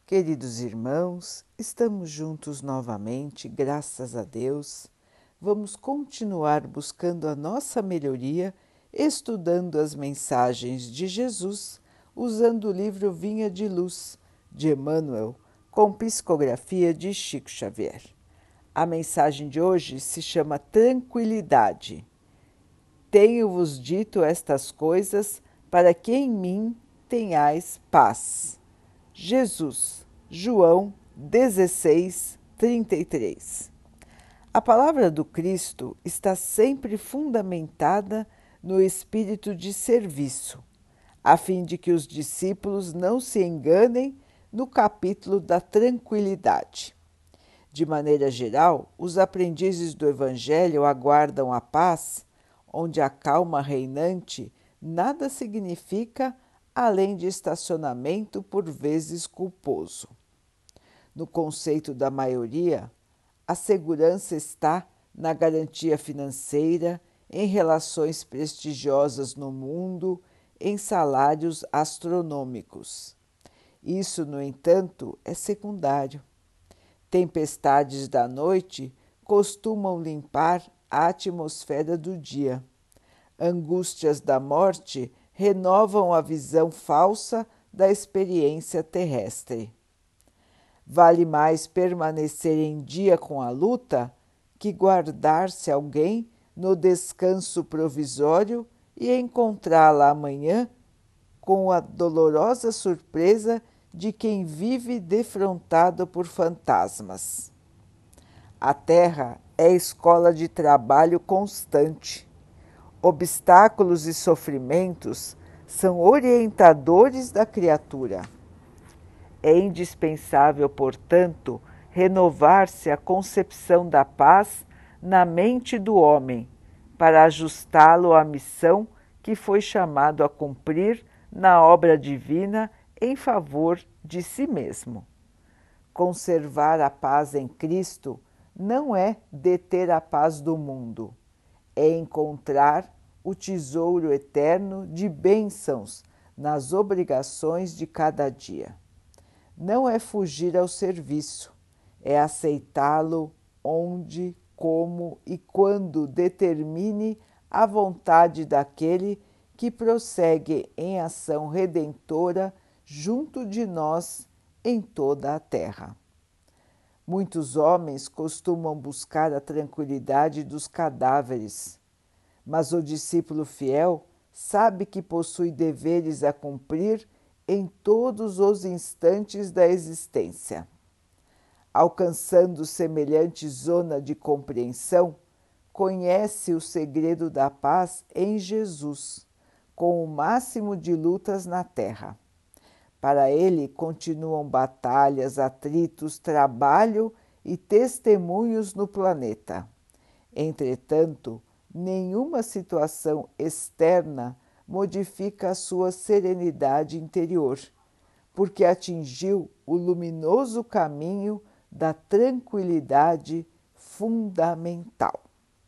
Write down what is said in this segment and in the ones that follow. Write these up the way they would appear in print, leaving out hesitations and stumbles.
Queridos irmãos, estamos juntos novamente, graças a Deus. Vamos continuar buscando a nossa melhoria, estudando as mensagens de Jesus, usando o livro Vinha de Luz, de Emmanuel, com psicografia de Chico Xavier. A mensagem de hoje se chama Tranquilidade. Tenho-vos dito estas coisas para que em mim tenhais paz. Jesus, João 16, 33. A palavra do Cristo está sempre fundamentada no espírito de serviço, a fim de que os discípulos não se enganem no capítulo da tranquilidade. De maneira geral, os aprendizes do Evangelho aguardam a paz, onde a calma reinante nada significa além de estacionamento por vezes culposo. No conceito da maioria, a segurança está na garantia financeira, em relações prestigiosas no mundo, em salários astronômicos. Isso, no entanto, é secundário. Tempestades da noite costumam limpar a atmosfera do dia. Angústias da morte renovam a visão falsa da experiência terrestre. Vale mais permanecer em dia com a luta que guardar-se alguém no descanso provisório e encontrá-la amanhã com a dolorosa surpresa de quem vive defrontado por fantasmas. A Terra é escola de trabalho constante. Obstáculos e sofrimentos são orientadores da criatura. É indispensável, portanto, renovar-se a concepção da paz na mente do homem, para ajustá-lo à missão que foi chamado a cumprir na obra divina em favor de si mesmo. Conservar a paz em Cristo não é deter a paz do mundo, é encontrar o tesouro eterno de bênçãos nas obrigações de cada dia. Não é fugir ao serviço, é aceitá-lo onde, como e quando determine a vontade daquele que prossegue em ação redentora junto de nós em toda a terra. Muitos homens costumam buscar a tranquilidade dos cadáveres, mas o discípulo fiel sabe que possui deveres a cumprir em todos os instantes da existência. Alcançando semelhante zona de compreensão, conhece o segredo da paz em Jesus, com o máximo de lutas na terra. Para ele continuam batalhas, atritos, trabalho e testemunhos no planeta. Entretanto, nenhuma situação externa modifica a sua serenidade interior, porque atingiu o luminoso caminho da tranquilidade fundamental.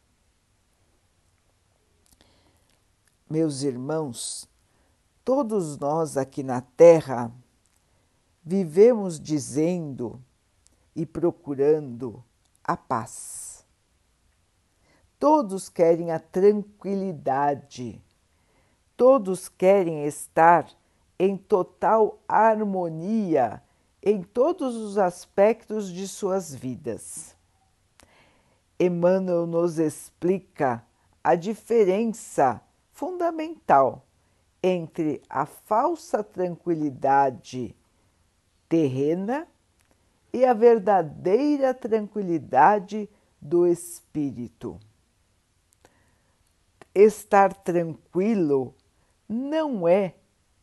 Meus irmãos, todos nós aqui na Terra vivemos dizendo e procurando a paz. Todos querem a tranquilidade, todos querem estar em total harmonia em todos os aspectos de suas vidas. Emmanuel nos explica a diferença fundamental entre a falsa tranquilidade terrena e a verdadeira tranquilidade do espírito. Estar tranquilo não é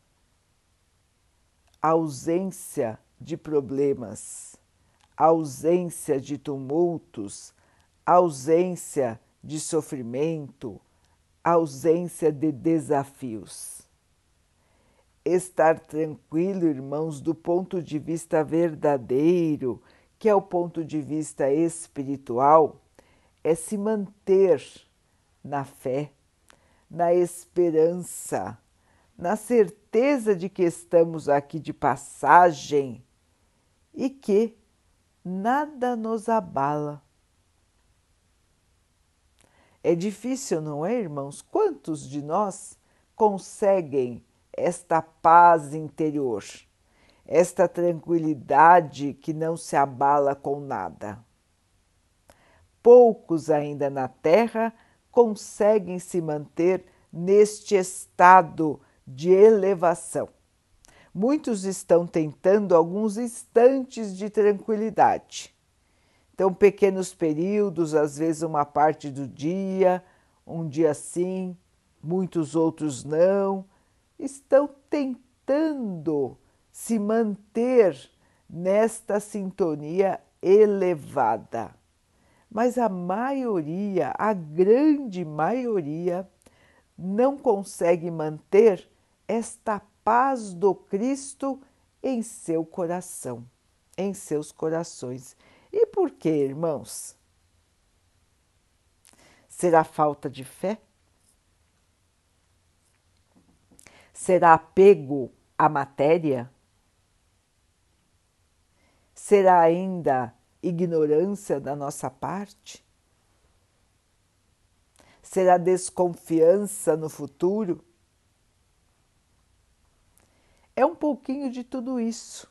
ausência de problemas, ausência de tumultos, ausência de sofrimento, ausência de desafios. Estar tranquilo, irmãos, do ponto de vista verdadeiro, que é o ponto de vista espiritual, é se manter na fé, na esperança, na certeza de que estamos aqui de passagem e que nada nos abala. É difícil, não é, irmãos? Quantos de nós conseguem esta paz interior, esta tranquilidade que não se abala com nada? Poucos ainda na Terra conseguem se manter neste estado de elevação. Muitos estão tentando alguns instantes de tranquilidade. Então, pequenos períodos, às vezes uma parte do dia, um dia sim, muitos outros não, estão tentando se manter nesta sintonia elevada. Mas a maioria, a grande maioria, não consegue manter esta paz do Cristo em seu coração, em seus corações. E por quê, irmãos? Será falta de fé? Será apego à matéria? Será ainda ignorância da nossa parte? Será desconfiança no futuro? É um pouquinho de tudo isso.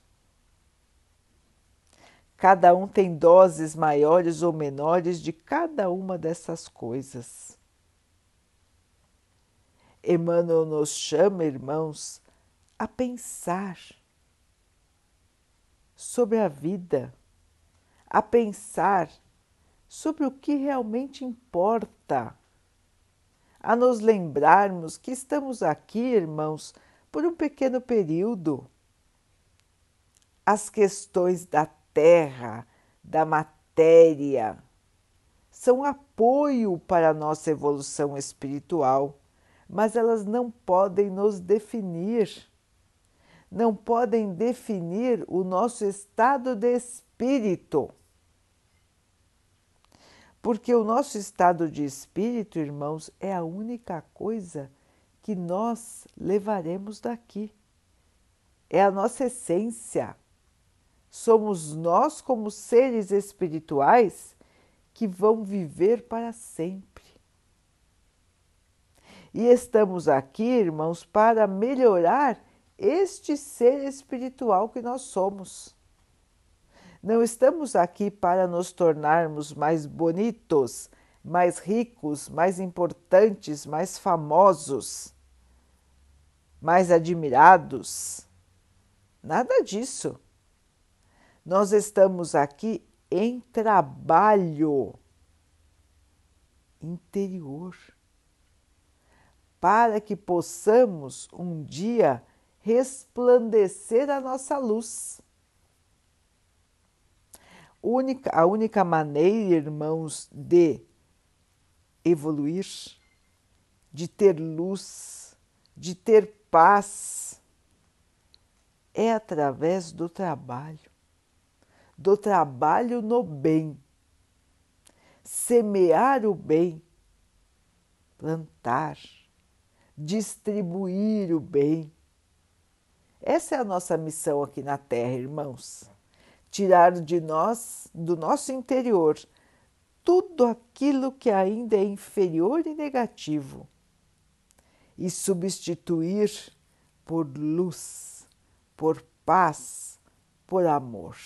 Cada um tem doses maiores ou menores de cada uma dessas coisas. Emmanuel nos chama, irmãos, a pensar sobre a vida, a pensar sobre o que realmente importa, a nos lembrarmos que estamos aqui, irmãos, por um pequeno período. As questões da terra, da matéria, são apoio para a nossa evolução espiritual, mas elas não podem nos definir, não podem definir o nosso estado de espírito. Porque o nosso estado de espírito, irmãos, é a única coisa que nós levaremos daqui. É a nossa essência. Somos nós, como seres espirituais, que vão viver para sempre. E estamos aqui, irmãos, para melhorar este ser espiritual que nós somos. Não estamos aqui para nos tornarmos mais bonitos, mais ricos, mais importantes, mais famosos, mais admirados. Nada disso. Nós estamos aqui em trabalho interior, para que possamos um dia resplandecer a nossa luz. A única maneira, irmãos, de evoluir, de ter luz, de ter paz, é através do trabalho no bem. Semear o bem, plantar, distribuir o bem. Essa é a nossa missão aqui na Terra, irmãos. Tirar de nós, do nosso interior, tudo aquilo que ainda é inferior e negativo e substituir por luz, por paz, por amor.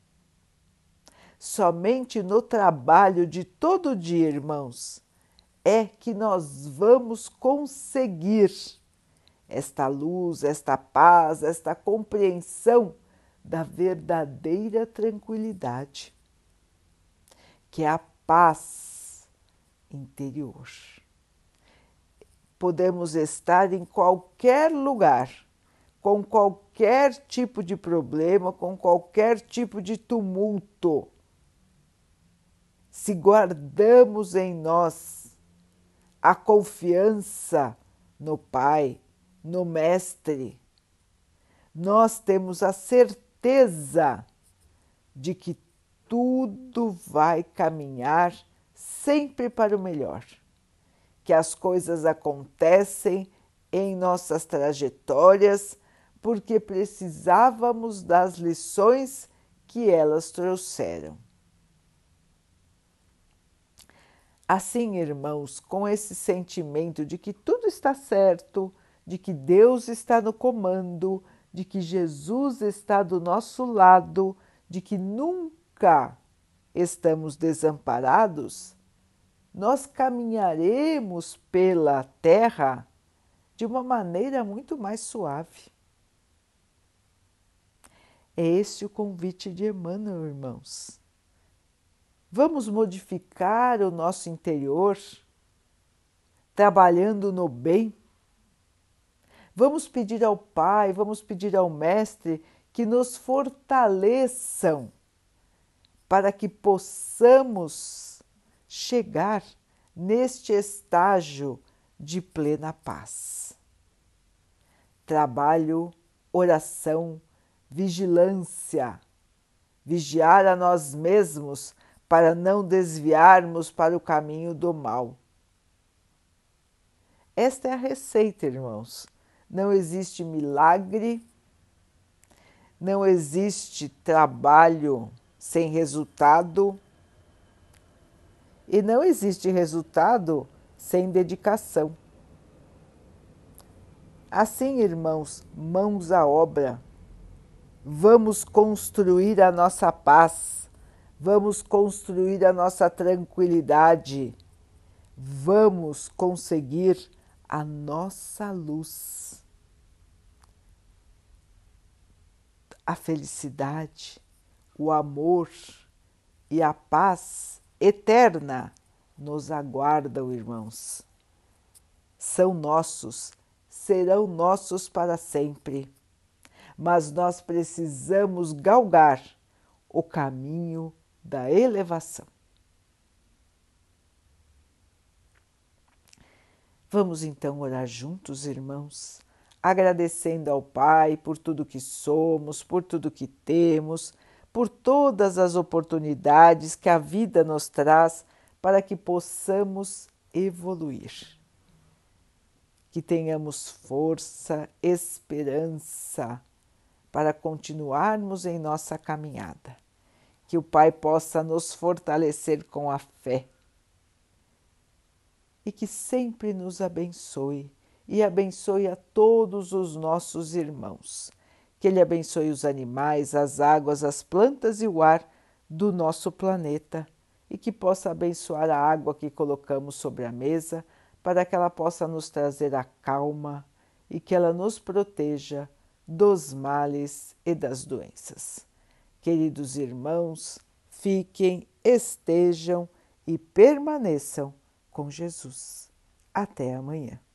Somente no trabalho de todo dia, irmãos, é que nós vamos conseguir esta luz, esta paz, esta compreensão da verdadeira tranquilidade, que é a paz interior. Podemos estar em qualquer lugar, com qualquer tipo de problema, com qualquer tipo de tumulto. Se guardamos em nós a confiança no Pai, no Mestre, nós temos a certeza de que tudo vai caminhar sempre para o melhor, que as coisas acontecem em nossas trajetórias porque precisávamos das lições que elas trouxeram. Assim, irmãos, com esse sentimento de que tudo está certo, de que Deus está no comando, de que Jesus está do nosso lado, de que nunca estamos desamparados, nós caminharemos pela terra de uma maneira muito mais suave. É esse o convite de Emmanuel, irmãos. Vamos modificar o nosso interior, trabalhando no bem. Vamos pedir ao Pai, vamos pedir ao Mestre que nos fortaleçam para que possamos chegar neste estágio de plena paz. Trabalho, oração, vigilância, vigiar a nós mesmos para não desviarmos para o caminho do mal. Esta é a receita, irmãos. Não existe milagre, não existe trabalho sem resultado e não existe resultado sem dedicação. Assim, irmãos, mãos à obra. Vamos construir a nossa paz, vamos construir a nossa tranquilidade, vamos conseguir a nossa luz. A felicidade, o amor e a paz eterna nos aguardam, irmãos. São nossos, serão nossos para sempre. Mas nós precisamos galgar o caminho da elevação. Vamos então orar juntos, irmãos, agradecendo ao Pai por tudo que somos, por tudo que temos, por todas as oportunidades que a vida nos traz para que possamos evoluir. Que tenhamos força, esperança, para continuarmos em nossa caminhada. Que o Pai possa nos fortalecer com a fé e que sempre nos abençoe e abençoe a todos os nossos irmãos. Que Ele abençoe os animais, as águas, as plantas e o ar do nosso planeta e que possa abençoar a água que colocamos sobre a mesa para que ela possa nos trazer a calma e que ela nos proteja dos males e das doenças. Queridos irmãos, fiquem, estejam e permaneçam com Jesus. Até amanhã.